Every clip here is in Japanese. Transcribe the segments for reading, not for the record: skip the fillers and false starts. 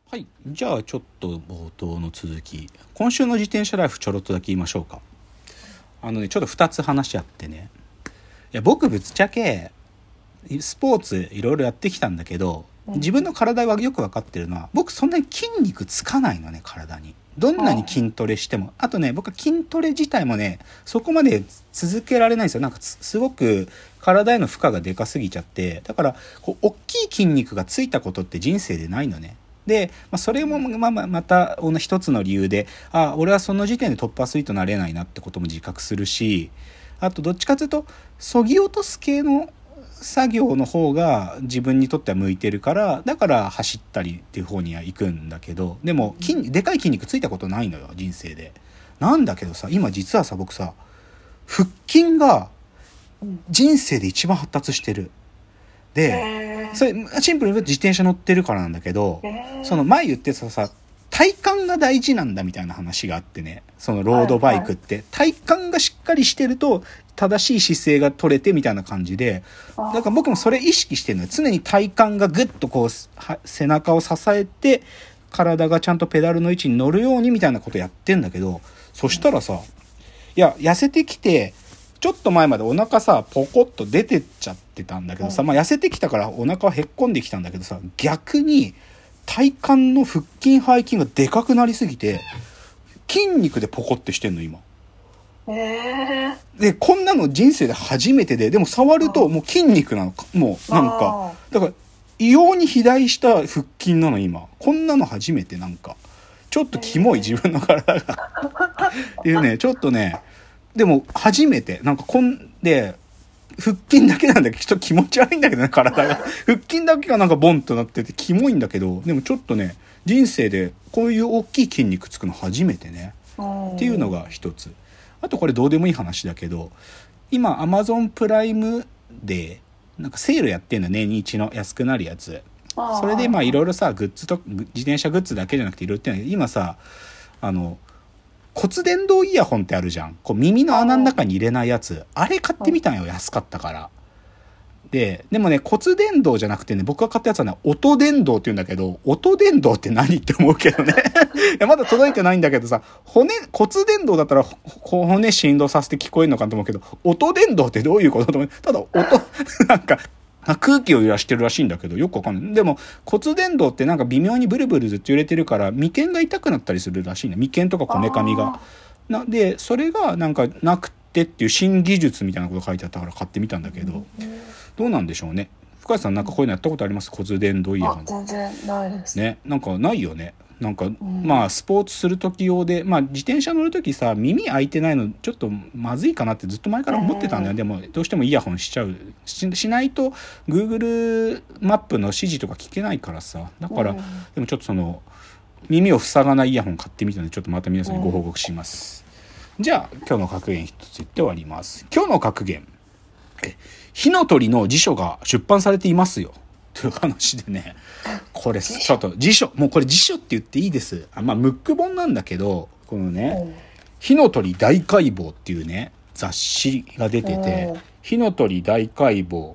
はい、じゃあちょっと冒頭の続き、今週の自転車ライフちょろっとだけ言いましょうか。ちょっと2つ話し合ってね、僕ぶっちゃけスポーツいろいろやってきたんだけど、自分の体はよく分かってるのは、僕そんなに筋肉つかないのね、体に。どんなに筋トレしても。あとね、僕は筋トレ自体もね、そこまで続けられないんですよ。なんかすごく体への負荷がでかすぎちゃって、だから大きい筋肉がついたことって人生でないのね。で、それもまた一つの理由で、俺はその時点でトップアスリートになれないなってことも自覚するし、あとどっちかというと削ぎ落とす系の作業の方が自分にとっては向いてるから、だから走ったりっていう方には行くんだけど、でもでかい筋肉ついたことないのよ、人生で。なんだけどさ、今実はさ、僕さ、腹筋が人生で一番発達してる。で、それシンプルに言うと自転車乗ってるからなんだけど、その前言ってたさ、体幹が大事なんだみたいな話があってね、そのロードバイクって体幹がしっかりしてると正しい姿勢が取れてみたいな感じで、だから僕もそれ意識してるのよ。常に体幹がぐっとこう背中を支えて体がちゃんとペダルの位置に乗るようにみたいなことやってんだけど、そしたらさ、痩せてきて、ちょっと前までお腹さポコッと出てっちゃってたんだけどさ、痩せてきたからお腹はへっこんできたんだけどさ、逆に体幹の腹筋背筋がでかくなりすぎて筋肉でポコってしてんの今。でこんなの人生で初めてで、でも触るともう筋肉なの、もうなんかだから異様に肥大した腹筋なの今。こんなの初めて。なんかちょっとキモい自分の体がっていうね、ちょっとね、でも初めてなんかで腹筋だけなんだけど、ちょっと気持ち悪いんだけどね、体が腹筋だけがなんかボンとなっててキモいんだけど、でもちょっとね、人生でこういう大きい筋肉つくの初めてねっていうのが一つ。あとこれどうでもいい話だけど、今 Amazon プライムでなんかセールやってんの、年に1の安くなるやつ。それでいろいろさ、グッズと自転車グッズだけじゃなくていろいろ言ってんだけど、今さ骨伝導イヤホンってあるじゃん。こう耳の穴の中に入れないやつ。あれ買ってみたんよ、安かったから。でもね、骨伝導じゃなくてね、僕が買ったやつはね、音伝導って言うんだけど、音伝導って何って思うけどね。まだ届いてないんだけどさ、骨伝導だったら骨振動させて聞こえるのかと思うけど、音伝導ってどういうことと思う。ただなんか、空気を揺らしてるらしいんだけど、よくわかんない。でも骨伝導ってなんか微妙にブルブルずっと揺れてるから眉間が痛くなったりするらしいね。眉間とかこめかみが。でそれがなんかなくてっていう新技術みたいなこと書いてあったから買ってみたんだけど、どうなんでしょうね。深谷さんなんかこういうのやったことあります？骨伝導イヤホン。 全然ないですね。なんかないよね。なんか、スポーツする時用で、自転車乗る時さ、耳開いてないのちょっとまずいかなってずっと前から思ってたんだよ。でもどうしてもイヤホンしないと Google マップの指示とか聞けないからさ。だから、でもちょっとその耳を塞がないイヤホン買ってみたので、ちょっとまた皆さんにご報告します。じゃあ今日の格言一つ言って終わります。今日の格言、火の鳥の辞書が出版されていますよという話でね、これちょっと辞書、もうこれ辞書って言っていいです。ムック本なんだけど、このね、火の鳥大解剖っていうね雑誌が出てて、火の鳥大解剖、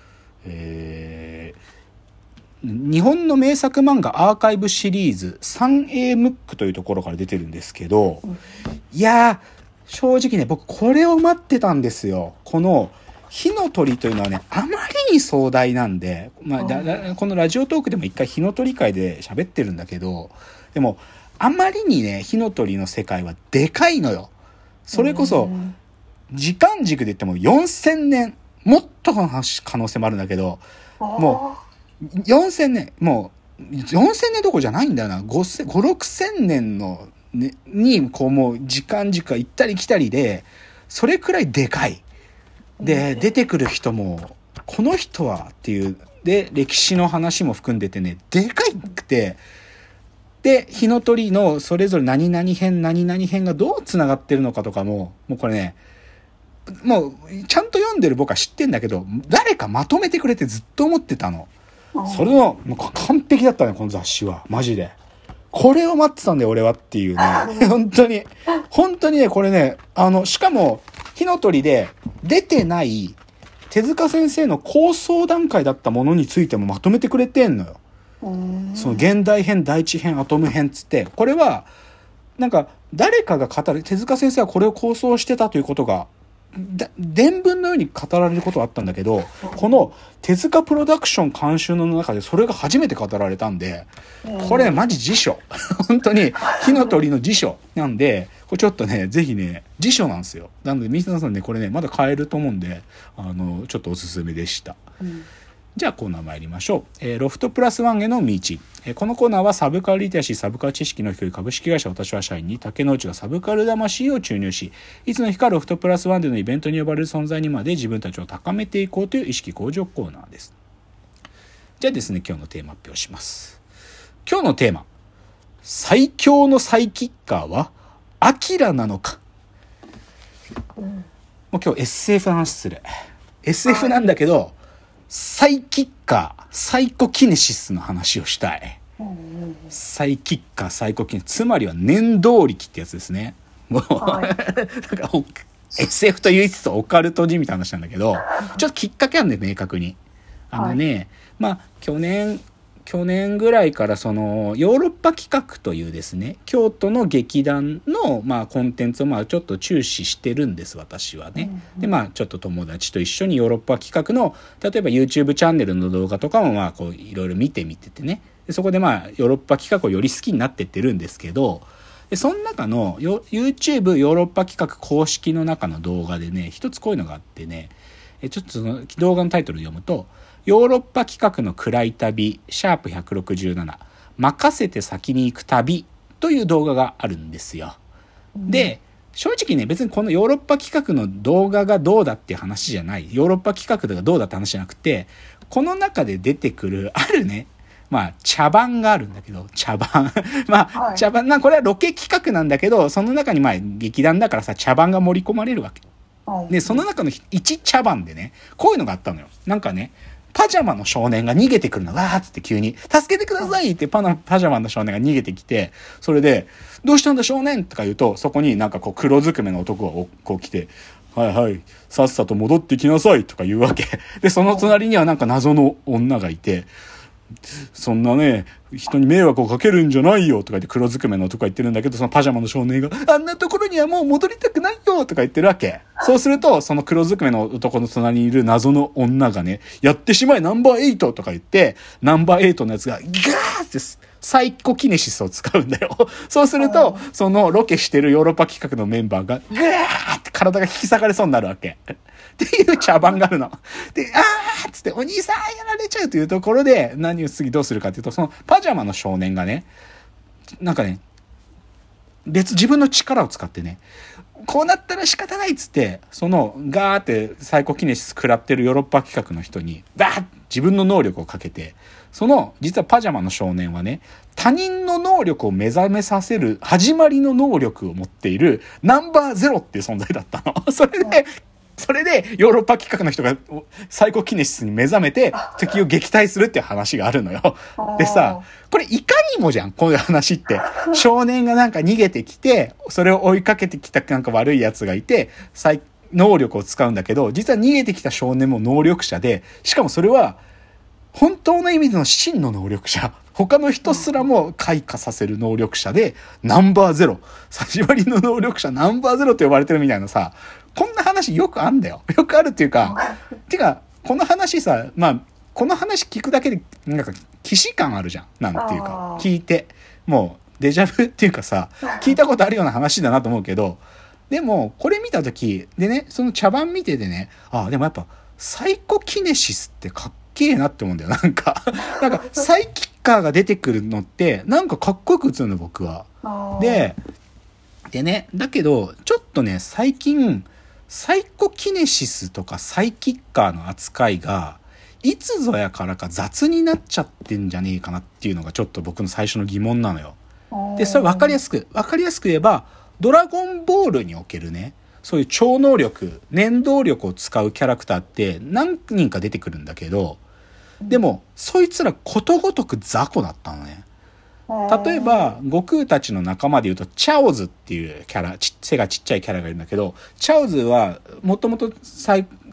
日本の名作漫画アーカイブシリーズ 3A ムックというところから出てるんですけど、いや正直ね、僕これを待ってたんですよ。この火の鳥というのはね、あまりに壮大なんで、このラジオトークでも一回火の鳥会で喋ってるんだけど、でもあまりにね、火の鳥の世界はでかいのよ。それこそ時間軸で言っても4000年、もっとの可能性もあるんだけど、もう4000年、もう4000年どころじゃないんだよな。5、6000年の、ね、にこうもう時間軸が行ったり来たりで、それくらいでかい。で出てくる人もこの人はっていうで、歴史の話も含んでてね、でかいくて、で火の鳥のそれぞれ何々編何々編がどうつながってるのかとかもうこれね、もうちゃんと読んでる僕は知ってんだけど、誰かまとめてくれてずっと思ってたの。それのもう完璧だったね、この雑誌は。マジでこれを待ってたんだよ俺はっていうね。本当にね、これね、しかも火の鳥で出てない手塚先生の構想段階だったものについてもまとめてくれてんのよ。 その現代編、第一編、アトム編つって、これはなんか誰かが語る、手塚先生はこれを構想してたということが伝聞のように語られることはあったんだけど、この手塚プロダクション監修の中でそれが初めて語られたんで、これマジ辞書本当に火の鳥の辞書なんで、これちょっとねぜひね辞書なんですよ。なので皆さんねこれねまだ買えると思うんで、ちょっとおすすめでした。じゃあコーナー参りましょう。ロフトプラスワンへの道。このコーナーはサブカルリテラシー、サブカル知識の低い株式会社私は社員に竹之内がサブカル魂を注入し、いつの日かロフトプラスワンでのイベントに呼ばれる存在にまで自分たちを高めていこうという意識向上コーナーです。じゃあですね、今日のテーマ発表します。今日のテーマ、最強のサイキッカーはアキラなのか。もう今日 SF の話する。SF なんだけど、サイキッカー、サイコキネシスの話をしたい。サイキッカー、サイコキネシス、つまりは念動力ってやつですね。もう、なんか SF と言いつつオカルトじみたいな話なんだけど、ちょっときっかけあるんだよ、明確に。まあ去年ぐらいからそのヨーロッパ企画というですね、京都の劇団のコンテンツをちょっと注視してるんです、私はね。でちょっと友達と一緒にヨーロッパ企画の例えば YouTube チャンネルの動画とかもこういろいろ見ててね、でそこでヨーロッパ企画をより好きになってってるんですけど、でその中のYouTube ヨーロッパ企画公式の中の動画でね、一つこういうのがあってね、ちょっとその動画のタイトルを読むと、ヨーロッパ企画の暗い旅シャープ167任せて先に行く旅という動画があるんですよ。で正直ね、別にこのヨーロッパ企画の動画がどうだっていう話じゃない、ヨーロッパ企画がどうだって話じゃなくて、この中で出てくるあるね、茶番があるんだけど、茶番茶番これはロケ企画なんだけど、その中に劇団だからさ、茶番が盛り込まれるわけで、その中の一茶番でね、こういうのがあったのよ。なんかね、パジャマの少年が逃げてくるの。わーっつって急に、助けてくださいってパジャマの少年が逃げてきて、それで、どうしたんだ少年とか言うと、そこに黒ずくめの男がこう来て、はいはい、さっさと戻ってきなさいとか言うわけ。で、その隣には謎の女がいて、そんなね、人に迷惑をかけるんじゃないよとか言って黒ずくめの男が言ってるんだけど、そのパジャマの少年があんなところにはもう戻りたくないよとか言ってるわけ。そうすると、その黒ずくめの男の隣にいる謎の女がね、やってしまえナンバー8とか言って、ナンバー8のやつがガーってサイコキネシスを使うんだよ。そうすると、そのロケしてるヨーロッパ企画のメンバーがガーって体が引き裂かれそうになるわけ。っていう茶番があるの。で、あーっつって、お兄さんやられちゃうというところで、何を次どうするかっていうと、そのパジャマの少年がね、自分の力を使ってね、こうなったら仕方ないっつって、そのガーってサイコキネシス食らってるヨーロッパ企画の人に、バーッ自分の能力をかけて、その、実はパジャマの少年はね、他人の能力を目覚めさせる始まりの能力を持っているナンバーゼロっていう存在だったの。それでヨーロッパ企画の人がサイコキネシスに目覚めて敵を撃退するっていう話があるのよ。でさ、これいかにもじゃん、こういう話って。少年が逃げてきて、それを追いかけてきた悪い奴がいて、能力を使うんだけど、実は逃げてきた少年も能力者で、しかもそれは本当の意味での真の能力者。他の人すらも開花させる能力者で、ナンバーゼロ。始まりの能力者ナンバーゼロと呼ばれてるみたいなさ、こんな話よくあんだよ。よくあるっていうか、この話さ、この話聞くだけで、既視感あるじゃん。なんていうか、聞いて。もう、デジャブっていうかさ、聞いたことあるような話だなと思うけど、でも、これ見たとき、でね、その茶番見ててね、でもやっぱ、サイコキネシスってかっけえなって思うんだよ。サイキッカーが出てくるのって、かっこよく映るの、僕は。でね、だけど、ちょっとね、最近、サイコキネシスとかサイキッカーの扱いが、いつぞやからか雑になっちゃってんじゃねえかなっていうのがちょっと僕の最初の疑問なのよ。で、それ分かりやすく言えば、ドラゴンボールにおけるね、そういう超能力、念動力を使うキャラクターって何人か出てくるんだけど、でも、そいつらことごとく雑魚だったのね。例えば、悟空たちの仲間で言うと、チャオズっていうキャラ、背がちっちゃいキャラがいるんだけど、チャオズは、もともと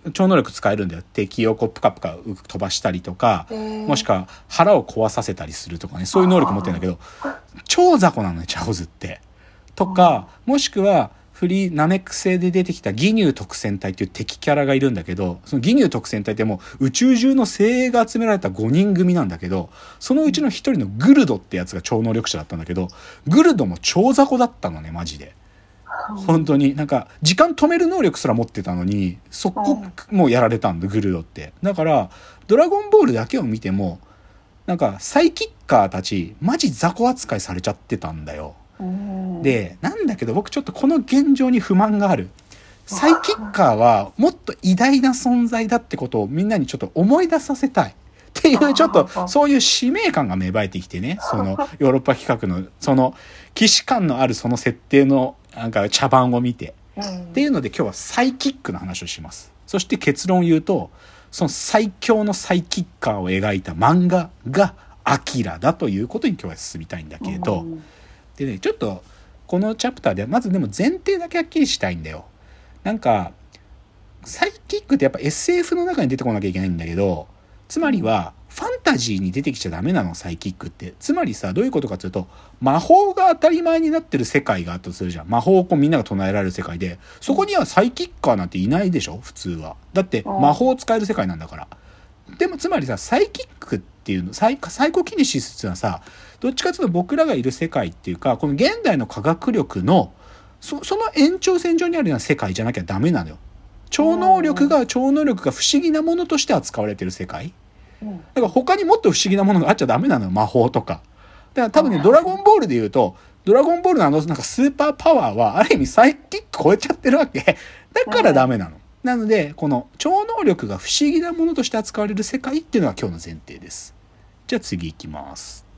超能力使えるんだよ。敵をこうプカプカ飛ばしたりとか、もしくは腹を壊させたりするとかね、そういう能力持ってるんだけど、超雑魚なのね、チャオズって。とか、もしくは、フリーナメック星で出てきた義乳特戦隊っていう敵キャラがいるんだけど、その義乳特戦隊ってもう宇宙中の精鋭が集められた5人組なんだけど、そのうちの1人のグルドってやつが超能力者だったんだけど、グルドも超雑魚だったのね、マジで。本当になんか時間止める能力すら持ってたのに、そこもうやられたんだ、グルドって。だからドラゴンボールだけを見てもなんかサイキッカーたちマジ雑魚扱いされちゃってたんだよ。で、なんだけど僕ちょっとこの現状に不満がある。サイキッカーはもっと偉大な存在だってことをみんなにちょっと思い出させたいっていうちょっとそういう使命感が芽生えてきてね、そのヨーロッパ企画のその既視感のあるその設定のなんか茶番を見て、っていうので今日はサイキックの話をします。そして結論を言うと、その最強のサイキッカーを描いた漫画がアキラだということに今日は進みたいんだけど、でね、ちょっとこのチャプターでまずでも前提だけはっきりしたいんだよ。なんかサイキックってやっぱ SF の中に出てこなきゃいけないんだけど、つまりはファンタジーに出てきちゃダメなの、サイキックって。つまりさ、どういうことかというと、魔法が当たり前になってる世界があったとするじゃん。魔法をこうみんなが唱えられる世界で、そこにはサイキッカーなんていないでしょ、普通は。だって魔法を使える世界なんだから。でもつまりさ、サイキックっていうの、サイコキネシスっていうのはさ、どっちかというと僕らがいる世界っていうか、この現代の科学力のその延長線上にあるような世界じゃなきゃダメなのよ。超能力が不思議なものとして扱われてる世界。だから他にもっと不思議なものがあっちゃダメなのよ、魔法とか。だから多分ね、ドラゴンボールで言うと、ドラゴンボールのなんかスーパーパワーはある意味サイキック超えちゃってるわけ。だからダメなの。なので、この超能力が不思議なものとして扱われる世界っていうのが今日の前提です。じゃあ次行きます。